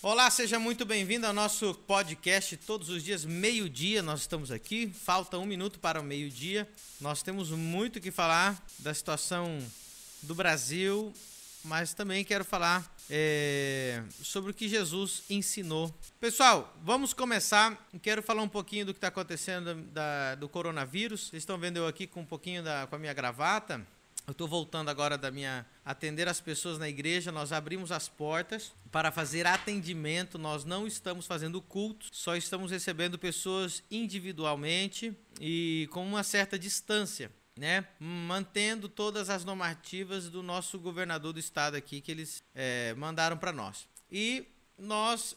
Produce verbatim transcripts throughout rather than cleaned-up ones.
Olá, seja muito bem-vindo ao nosso podcast. Todos os dias, meio-dia, nós estamos aqui. Falta um minuto para o meio-dia. Nós temos muito o que falar da situação do Brasil, mas também quero falar é, sobre o que Jesus ensinou. Pessoal, vamos começar. Quero falar um pouquinho do que está acontecendo da, do coronavírus. Vocês estão vendo eu aqui com um pouquinho da, com a minha gravata. Eu estou voltando agora da minha atender as pessoas na igreja. Nós abrimos as portas para fazer atendimento. Nós não estamos fazendo culto, só estamos recebendo pessoas individualmente e com uma certa distância, né? Mantendo todas as normativas do nosso governador do estado aqui que eles é, mandaram para nós. E nós,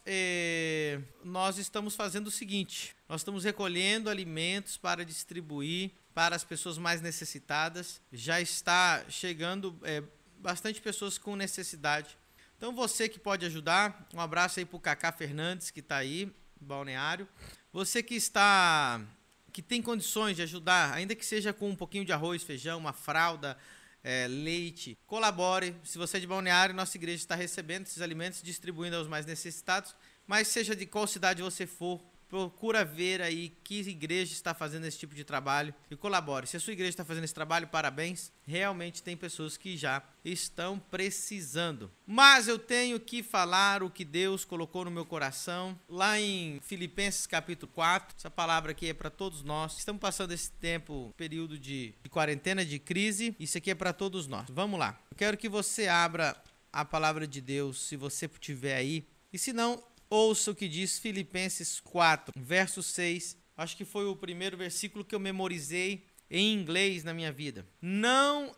é, nós estamos fazendo o seguinte: nós estamos recolhendo alimentos para distribuir para as pessoas mais necessitadas. Já está chegando é, bastante pessoas com necessidade. Então você que pode ajudar, um abraço aí para o Cacá Fernandes, que está aí, balneário. Você que está, que tem condições de ajudar, ainda que seja com um pouquinho de arroz, feijão, uma fralda, é, leite, colabore. Se você é de balneário, nossa igreja está recebendo esses alimentos, distribuindo aos mais necessitados. Mas seja de qual cidade você for, procura ver aí que igreja está fazendo esse tipo de trabalho e colabore. Se a sua igreja está fazendo esse trabalho, parabéns. Realmente tem pessoas que já estão precisando. Mas eu tenho que falar o que Deus colocou no meu coração. Lá em Filipenses capítulo quatro, essa palavra aqui é para todos nós. Estamos passando esse tempo, período de, de quarentena, de crise. Isso aqui é para todos nós. Vamos lá. Eu quero que você abra a palavra de Deus, se você tiver aí. E se não, ouça o que diz Filipenses quatro, verso seis. Acho que foi o primeiro versículo que eu memorizei em inglês na minha vida. Não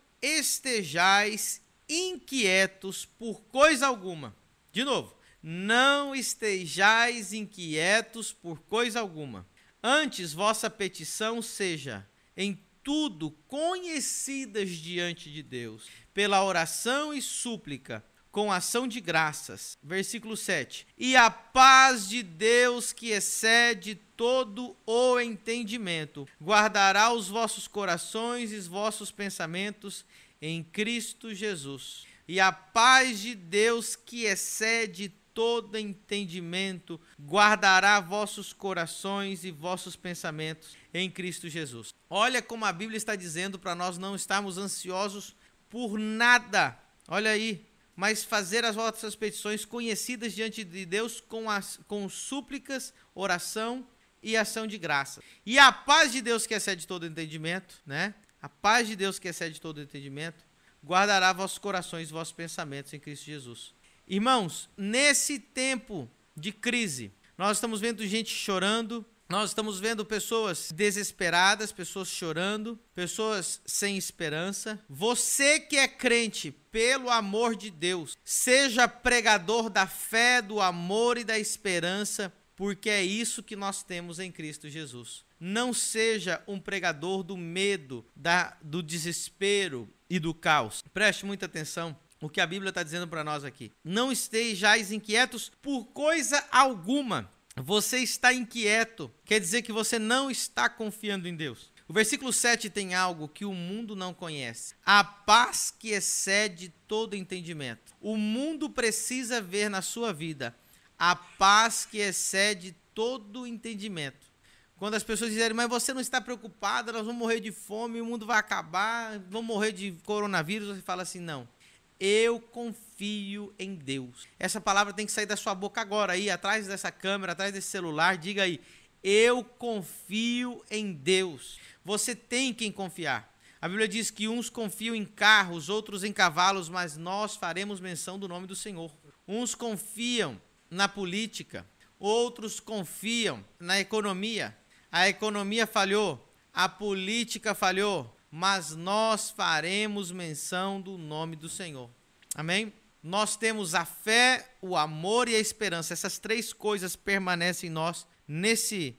estejais inquietos por coisa alguma. De novo. Não estejais inquietos por coisa alguma. Antes, vossa petição seja em tudo conhecidas diante de Deus, pela oração e súplica, com ação de graças. Versículo sete. E a paz de Deus, que excede todo o entendimento, guardará os vossos corações e os vossos pensamentos em Cristo Jesus. E a paz de Deus, que excede todo entendimento, guardará vossos corações e vossos pensamentos em Cristo Jesus. Olha como a Bíblia está dizendo para nós não estarmos ansiosos por nada. Olha aí. Mas fazer as vossas petições conhecidas diante de Deus com, as, com súplicas, oração e ação de graça. E a paz de Deus, que excede todo entendimento, né? A paz de Deus, que excede todo entendimento, guardará vossos corações e vossos pensamentos em Cristo Jesus. Irmãos, nesse tempo de crise, nós estamos vendo gente chorando, nós estamos vendo pessoas desesperadas, pessoas chorando, pessoas sem esperança. Você que é crente, pelo amor de Deus, seja pregador da fé, do amor e da esperança, porque é isso que nós temos em Cristo Jesus. Não seja um pregador do medo, da, do desespero e do caos. Preste muita atenção o que a Bíblia está dizendo para nós aqui. Não estejais inquietos por coisa alguma. Você está inquieto, quer dizer que você não está confiando em Deus. O versículo sete tem algo que o mundo não conhece. A paz que excede todo entendimento. O mundo precisa ver na sua vida a paz que excede todo entendimento. Quando as pessoas dizerem, mas você não está preocupada, nós vamos morrer de fome, o mundo vai acabar, vamos morrer de coronavírus, você fala assim, não. Eu confio em Deus. Essa palavra tem que sair da sua boca agora, aí, atrás dessa câmera, atrás desse celular. Diga aí, eu confio em Deus. Você tem quem confiar. A Bíblia diz que uns confiam em carros, outros em cavalos, mas nós faremos menção do nome do Senhor. Uns confiam na política, outros confiam na economia. A economia falhou, a política falhou, mas nós faremos menção do nome do Senhor. Amém? Nós temos a fé, o amor e a esperança. Essas três coisas permanecem em nós nesse,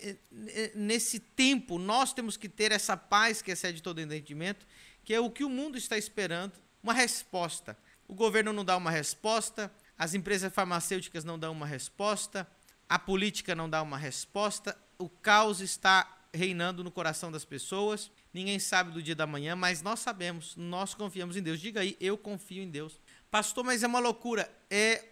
nesse tempo. Nós temos que ter essa paz que excede todo entendimento, que é o que o mundo está esperando, uma resposta. O governo não dá uma resposta, as empresas farmacêuticas não dão uma resposta, a política não dá uma resposta, o caos está reinando no coração das pessoas. Ninguém sabe do dia da manhã, mas nós sabemos, nós confiamos em Deus. Diga aí, eu confio em Deus. Pastor, mas é uma loucura. É, a,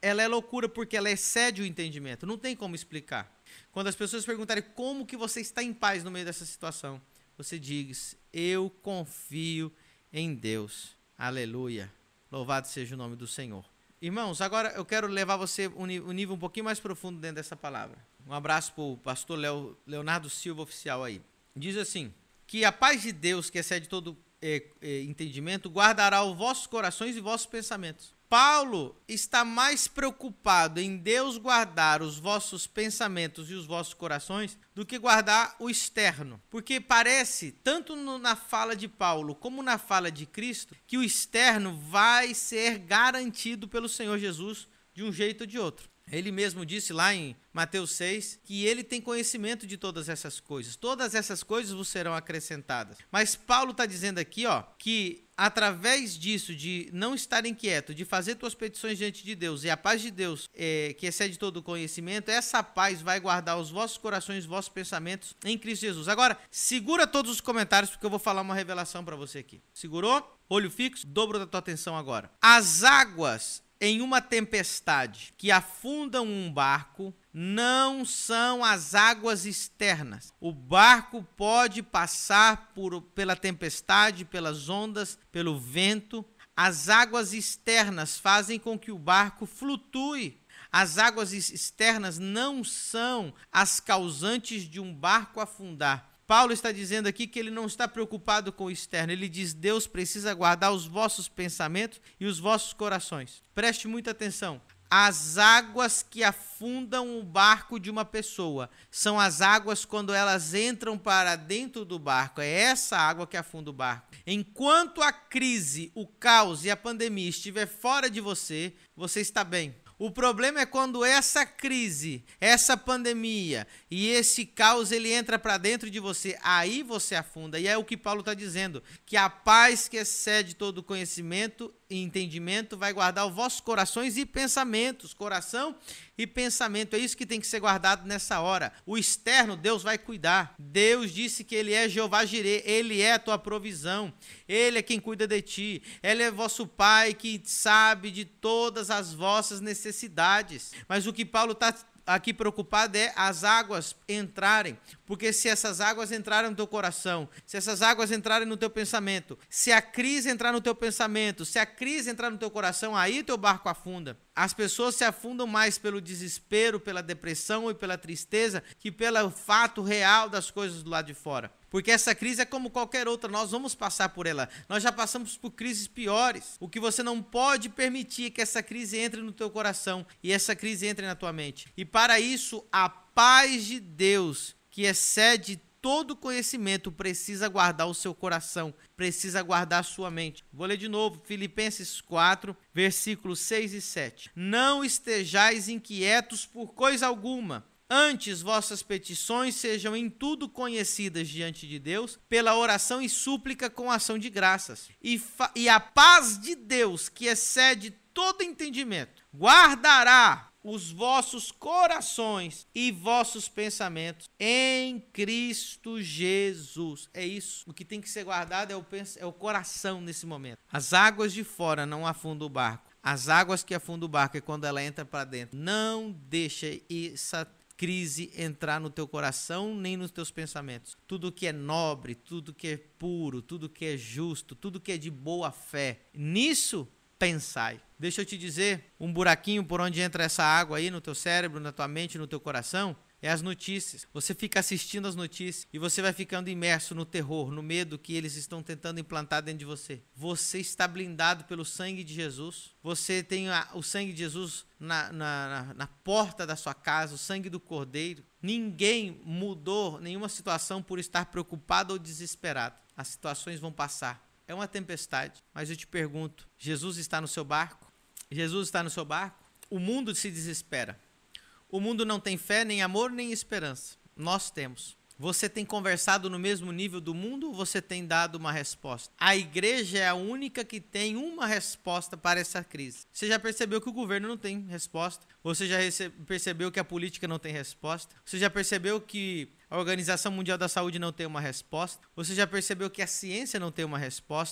ela é loucura porque ela excede o entendimento. Não tem como explicar. Quando as pessoas perguntarem como que você está em paz no meio dessa situação, você diz, eu confio em Deus. Aleluia. Louvado seja o nome do Senhor. Irmãos, agora eu quero levar você um nível um pouquinho mais profundo dentro dessa palavra. Um abraço para o pastor Leo, Leonardo Silva, oficial aí. Diz assim, que a paz de Deus, que excede todo é, é, entendimento, guardará os vossos corações e vossos pensamentos. Paulo está mais preocupado em Deus guardar os vossos pensamentos e os vossos corações do que guardar o externo. Porque parece, tanto no, na fala de Paulo como na fala de Cristo, que o externo vai ser garantido pelo Senhor Jesus de um jeito ou de outro. Ele mesmo disse lá em Mateus seis que ele tem conhecimento de todas essas coisas. Todas essas coisas vos serão acrescentadas. Mas Paulo está dizendo aqui, ó, que através disso, de não estar inquieto, de fazer tuas petições diante de Deus, e a paz de Deus, é, que excede todo o conhecimento, essa paz vai guardar os vossos corações, os vossos pensamentos em Cristo Jesus. Agora, segura todos os comentários, porque eu vou falar uma revelação para você aqui. Segurou? Olho fixo? Dobro da tua atenção agora. As águas em uma tempestade que afundam um barco não são as águas externas. O barco pode passar por, pela tempestade, pelas ondas, pelo vento. As águas externas fazem com que o barco flutue. As águas externas não são as causantes de um barco afundar. Paulo está dizendo aqui que ele não está preocupado com o externo. Ele diz, Deus precisa guardar os vossos pensamentos e os vossos corações. Preste muita atenção. As águas que afundam o barco de uma pessoa são as águas quando elas entram para dentro do barco. É essa água que afunda o barco. Enquanto a crise, o caos e a pandemia estiver fora de você, você está bem. O problema é quando essa crise, essa pandemia e esse caos ele entra para dentro de você, aí você afunda. E é o que Paulo está dizendo, que a paz que excede todo conhecimento e entendimento vai guardar os vossos corações e pensamentos. Coração e pensamento, é isso que tem que ser guardado nessa hora. O externo, Deus vai cuidar. Deus disse que Ele é Jeová Jirê, Ele é a tua provisão, Ele é quem cuida de ti, Ele é vosso Pai que sabe de todas as vossas necessidades. Mas o que Paulo está aqui preocupado é as águas entrarem, porque se essas águas entrarem no teu coração, se essas águas entrarem no teu pensamento, se a crise entrar no teu pensamento, se a crise entrar no teu coração, aí teu barco afunda. As pessoas se afundam mais pelo desespero, pela depressão e pela tristeza que pelo fato real das coisas do lado de fora. Porque essa crise é como qualquer outra, nós vamos passar por ela. Nós já passamos por crises piores. O que você não pode permitir é que essa crise entre no teu coração e essa crise entre na tua mente. E para isso, a paz de Deus, que excede todo conhecimento, precisa guardar o seu coração, precisa guardar a sua mente. Vou ler de novo, Filipenses quatro, versículos seis e sete. Não estejais inquietos por coisa alguma. Antes, vossas petições sejam em tudo conhecidas diante de Deus, pela oração e súplica com ação de graças. E, e a paz de Deus, que excede todo entendimento, guardará os vossos corações e vossos pensamentos em Cristo Jesus. É isso. O que tem que ser guardado é o, é o coração nesse momento. As águas de fora não afundam o barco. As águas que afundam o barco é quando ela entra para dentro. Não deixa essa crise entrar no teu coração nem nos teus pensamentos. Tudo que é nobre, tudo que é puro, tudo que é justo, tudo que é de boa fé, nisso pensai. Deixa eu te dizer, um buraquinho por onde entra essa água aí no teu cérebro, na tua mente, no teu coração, é as notícias. Você fica assistindo as notícias e você vai ficando imerso no terror, no medo que eles estão tentando implantar dentro de você. Você está blindado pelo sangue de Jesus. Você tem a, o sangue de Jesus na, na, na, na porta da sua casa, o sangue do Cordeiro. Ninguém mudou nenhuma situação por estar preocupado ou desesperado. As situações vão passar. É uma tempestade, mas eu te pergunto, Jesus está no seu barco? Jesus está no seu barco? O mundo se desespera. O mundo não tem fé, nem amor, nem esperança. Nós temos. Você tem conversado no mesmo nível do mundo ou você tem dado uma resposta? A igreja é a única que tem uma resposta para essa crise. Você já percebeu que o governo não tem resposta? Você já percebeu que a política não tem resposta? Você já percebeu que a Organização Mundial da Saúde não tem uma resposta? Você já percebeu que a ciência não tem uma resposta?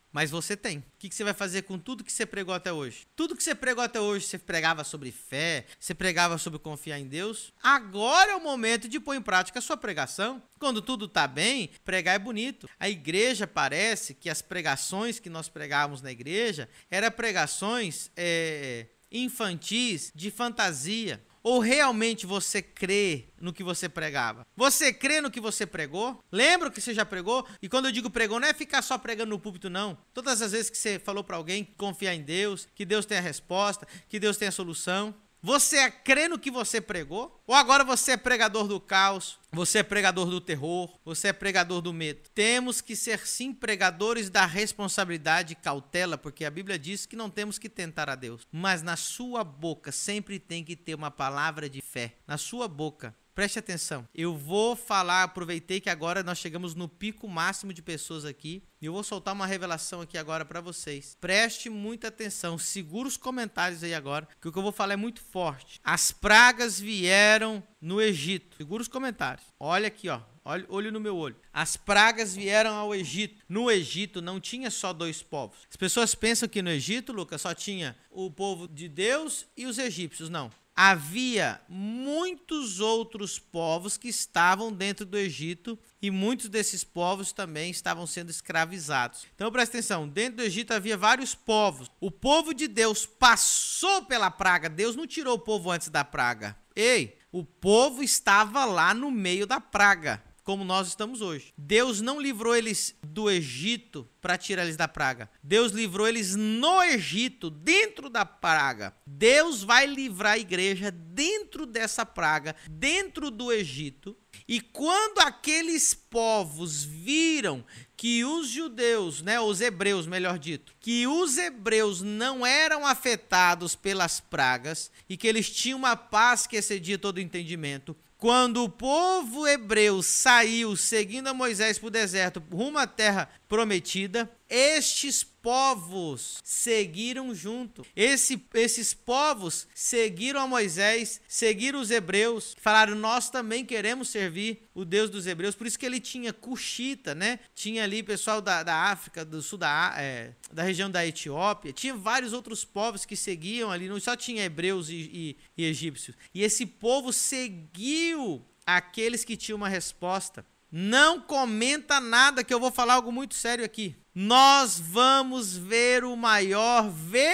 mas você tem. O que você vai fazer com tudo que você pregou até hoje? Tudo que você pregou até hoje, você pregava sobre fé, você pregava sobre confiar em Deus. Agora é o momento de pôr em prática a sua pregação. Quando tudo está bem, pregar é bonito. A igreja parece que as pregações que nós pregávamos na igreja eram pregações é, infantis, de fantasia. Ou realmente você crê no que você pregava? Você crê no que você pregou? Lembra que você já pregou? E quando eu digo pregou, não é ficar só pregando no púlpito, não. Todas as vezes que você falou para alguém confiar em Deus, que Deus tem a resposta, que Deus tem a solução. Você crê no que você pregou? Ou agora você é pregador do caos? Você é pregador do terror? Você é pregador do medo? Temos que ser sim pregadores da responsabilidade e cautela, porque a Bíblia diz que não temos que tentar a Deus. Mas na sua boca sempre tem que ter uma palavra de fé. Na sua boca. Preste atenção, eu vou falar, aproveitei que agora nós chegamos no pico máximo de pessoas aqui e eu vou soltar uma revelação aqui agora para vocês. Preste muita atenção, segura os comentários aí agora, que o que eu vou falar é muito forte. As pragas vieram no Egito, segura os comentários, olha aqui ó. Olha, olho no meu olho. As pragas vieram ao Egito. No Egito não tinha só dois povos. As pessoas pensam que no Egito, Lucas, só tinha o povo de Deus e os egípcios. Não. Havia muitos outros povos que estavam dentro do Egito e muitos desses povos também estavam sendo escravizados. Então presta atenção, dentro do Egito havia vários povos. O povo de Deus passou pela praga. Deus não tirou o povo antes da praga. Ei, o povo estava lá no meio da praga, como nós estamos hoje. Deus não livrou eles do Egito para tirar eles da praga. Deus livrou eles no Egito, dentro da praga. Deus vai livrar a igreja dentro dessa praga, dentro do Egito. E quando aqueles povos viram que os judeus, né, os hebreus, melhor dito, que os hebreus não eram afetados pelas pragas e que eles tinham uma paz que excedia todo o entendimento, quando o povo hebreu saiu seguindo a Moisés para o deserto, rumo à terra prometida, estes povos seguiram junto. Esse, esses povos seguiram a Moisés, seguiram os hebreus, falaram, nós também queremos servir o Deus dos hebreus. Por isso que ele tinha Cuxita, né? Tinha ali pessoal da, da África, do sul da, é, da região da Etiópia. Tinha vários outros povos que seguiam ali, não só tinha hebreus e, e, e egípcios. E esse povo seguiu aqueles que tinham uma resposta. Não comenta nada, que eu vou falar algo muito sério aqui. Nós vamos ver o maior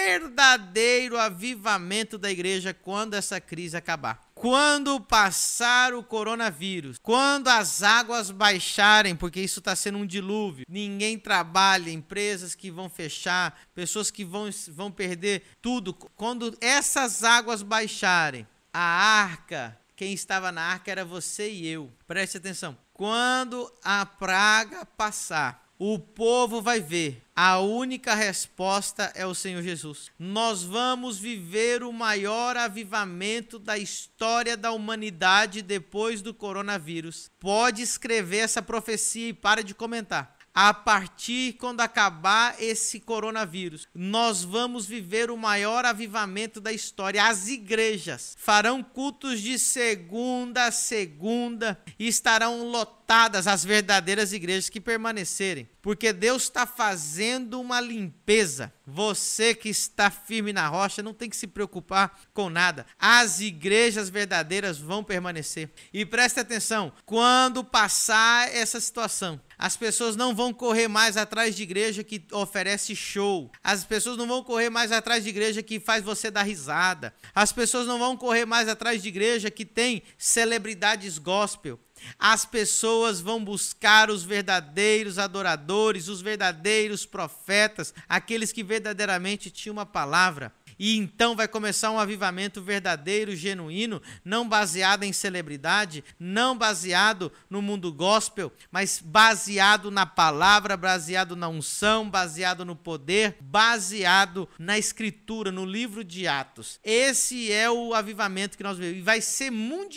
verdadeiro avivamento da igreja quando essa crise acabar. Quando passar o coronavírus, quando as águas baixarem, porque isso está sendo um dilúvio, ninguém trabalha, empresas que vão fechar, pessoas que vão, vão perder tudo. Quando essas águas baixarem, a arca, quem estava na arca era você e eu. Preste atenção. Quando a praga passar, o povo vai ver. A única resposta é o Senhor Jesus. Nós vamos viver o maior avivamento da história da humanidade depois do coronavírus. Pode escrever essa profecia e para de comentar. A partir quando acabar esse coronavírus, nós vamos viver o maior avivamento da história. As igrejas farão cultos de segunda a segunda e estarão lotadas as verdadeiras igrejas que permanecerem. Porque Deus está fazendo uma limpeza. Você que está firme na rocha não tem que se preocupar com nada. As igrejas verdadeiras vão permanecer. E preste atenção, quando passar essa situação, as pessoas não vão correr mais atrás de igreja que oferece show. As pessoas não vão correr mais atrás de igreja que faz você dar risada. As pessoas não vão correr mais atrás de igreja que tem celebridades gospel. As pessoas vão buscar os verdadeiros adoradores, os verdadeiros profetas, aqueles que verdadeiramente tinham uma palavra. E então vai começar um avivamento verdadeiro, genuíno, não baseado em celebridade, não baseado no mundo gospel, mas baseado na palavra, baseado na unção, baseado no poder, baseado na escritura, no livro de Atos. Esse é o avivamento que nós vemos e vai ser mundial.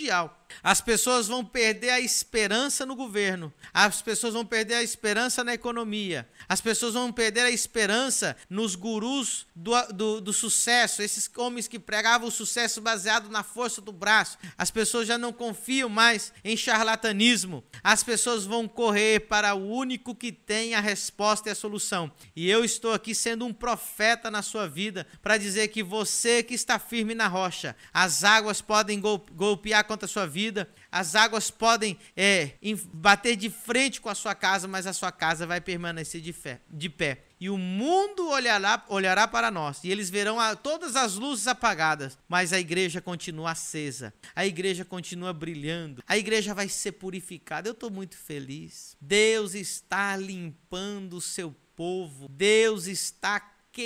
As pessoas vão perder a esperança no governo. As pessoas vão perder a esperança na economia. As pessoas vão perder a esperança nos gurus do, do, do sucesso. Esses homens que pregavam o sucesso baseado na força do braço. As pessoas já não confiam mais em charlatanismo. As pessoas vão correr para o único que tem a resposta e a solução. E eu estou aqui sendo um profeta na sua vida para dizer que você que está firme na rocha, as águas podem golpear contra a sua vida, as águas podem é, bater de frente com a sua casa, mas a sua casa vai permanecer de, fé, de pé. E o mundo olhará, olhará para nós, e eles verão a, todas as luzes apagadas, mas a igreja continua acesa, a igreja continua brilhando, a igreja vai ser purificada. Eu estou muito feliz. Deus está limpando o seu povo, Deus está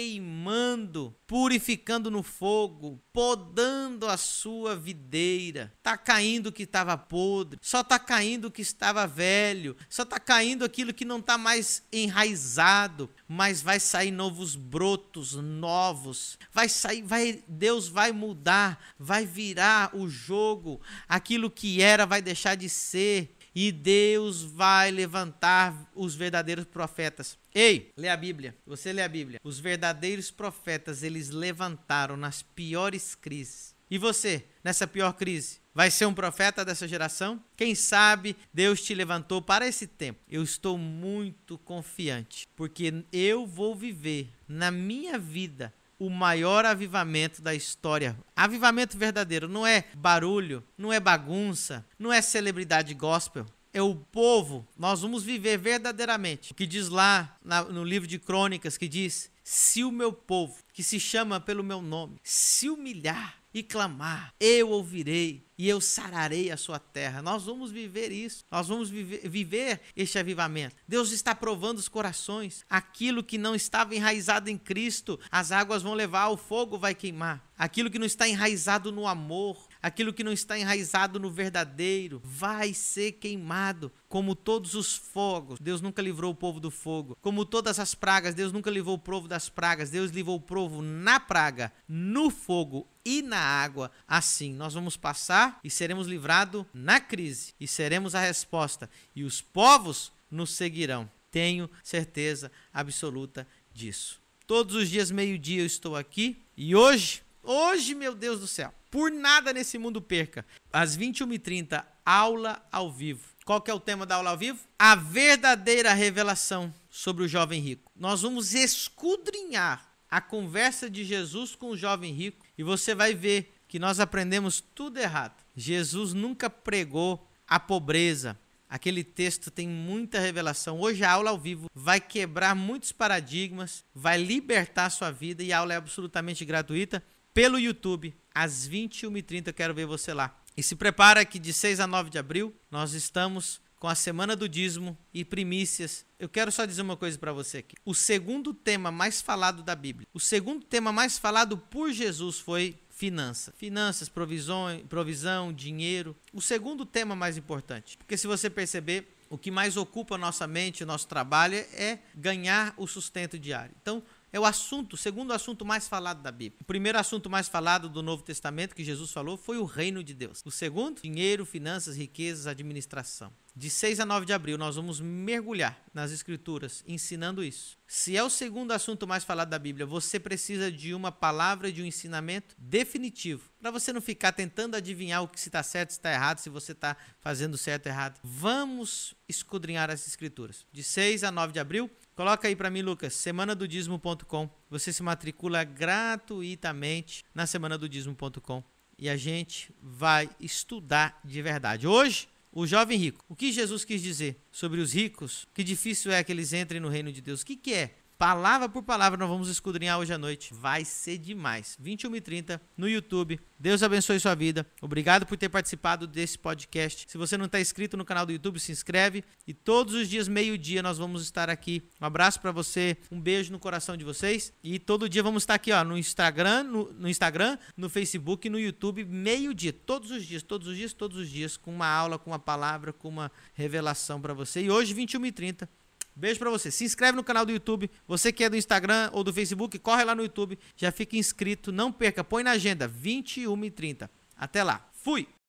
queimando, purificando no fogo, podando a sua videira. Tá caindo o que estava podre, só tá caindo o que estava velho, só tá caindo aquilo que não tá mais enraizado, mas vai sair novos brotos novos. Vai sair, vai, Deus vai mudar, vai virar o jogo, aquilo que era vai deixar de ser. E Deus vai levantar os verdadeiros profetas. Ei, lê a Bíblia. Você lê a Bíblia. Os verdadeiros profetas, eles levantaram nas piores crises. E você, nessa pior crise, vai ser um profeta dessa geração? Quem sabe Deus te levantou para esse tempo. Eu estou muito confiante, porque eu vou viver na minha vida o maior avivamento da história. Avivamento verdadeiro não é barulho, não é bagunça, não é celebridade gospel. É o povo. Nós vamos viver verdadeiramente. O que diz lá na, no livro de Crônicas, que diz: se o meu povo, que se chama pelo meu nome, se humilhar e clamar, eu ouvirei e eu sararei a sua terra. Nós vamos viver isso. Nós vamos viver, viver este avivamento. Deus está provando os corações. Aquilo que não estava enraizado em Cristo, as águas vão levar, o fogo vai queimar. Aquilo que não está enraizado no amor, aquilo que não está enraizado no verdadeiro, vai ser queimado. Como todos os fogos, Deus nunca livrou o povo do fogo. Como todas as pragas, Deus nunca livrou o povo das pragas. Deus livrou o povo na praga, no fogo e na água. Assim, nós vamos passar e seremos livrados na crise. E seremos a resposta. E os povos nos seguirão. Tenho certeza absoluta disso. Todos os dias, meio-dia, eu estou aqui. E hoje, hoje, meu Deus do céu, por nada nesse mundo perca, às vinte e uma e trinta, aula ao vivo. Qual que é o tema da aula ao vivo? A verdadeira revelação sobre o jovem rico. Nós vamos esquadrinhar a conversa de Jesus com o jovem rico e você vai ver que nós aprendemos tudo errado. Jesus nunca pregou a pobreza. Aquele texto tem muita revelação. Hoje a aula ao vivo vai quebrar muitos paradigmas, vai libertar a sua vida e a aula é absolutamente gratuita pelo YouTube. Às vinte e uma e trinta eu quero ver você lá. E se prepara que de seis a nove de abril nós estamos com a Semana do Dízimo e Primícias. Eu quero só dizer uma coisa para você aqui. O segundo tema mais falado da Bíblia, o segundo tema mais falado por Jesus foi finança. Finanças, provisão, provisão, dinheiro. O segundo tema mais importante. Porque se você perceber, o que mais ocupa a nossa mente, o nosso trabalho é ganhar o sustento diário. Então, é o assunto, o segundo assunto mais falado da Bíblia. O primeiro assunto mais falado do Novo Testamento que Jesus falou foi o reino de Deus. O segundo, dinheiro, finanças, riquezas, administração. De seis a nove de abril nós vamos mergulhar nas Escrituras ensinando isso. Se é o segundo assunto mais falado da Bíblia, você precisa de uma palavra, de um ensinamento definitivo, para você não ficar tentando adivinhar o que se está certo, se está errado, se você está fazendo certo ou errado. Vamos esquadrinhar as Escrituras. De seis a nove de abril, coloca aí para mim, Lucas, semana do dízimo ponto com. Você se matricula gratuitamente na semana do dízimo ponto com e a gente vai estudar de verdade. Hoje, o jovem rico. O que Jesus quis dizer sobre os ricos? Que difícil é que eles entrem no reino de Deus. O que, que é? Palavra por palavra nós vamos esquadrinhar hoje à noite. Vai ser demais. vinte e uma e trinta no YouTube. Deus abençoe sua vida. Obrigado por ter participado desse podcast. Se você não está inscrito no canal do YouTube, se inscreve. E todos os dias, meio-dia, nós vamos estar aqui. Um abraço para você. Um beijo no coração de vocês. E todo dia vamos estar aqui ó, no Instagram, no, no Instagram, no Facebook e no YouTube, meio-dia. Todos os dias, todos os dias, todos os dias. Com uma aula, com uma palavra, com uma revelação para você. E hoje, vinte e uma e trinta. Beijo pra você. Se inscreve no canal do YouTube. Você que é do Instagram ou do Facebook, corre lá no YouTube. Já fica inscrito. Não perca. Põe na agenda. vinte e uma e trinta. Até lá. Fui!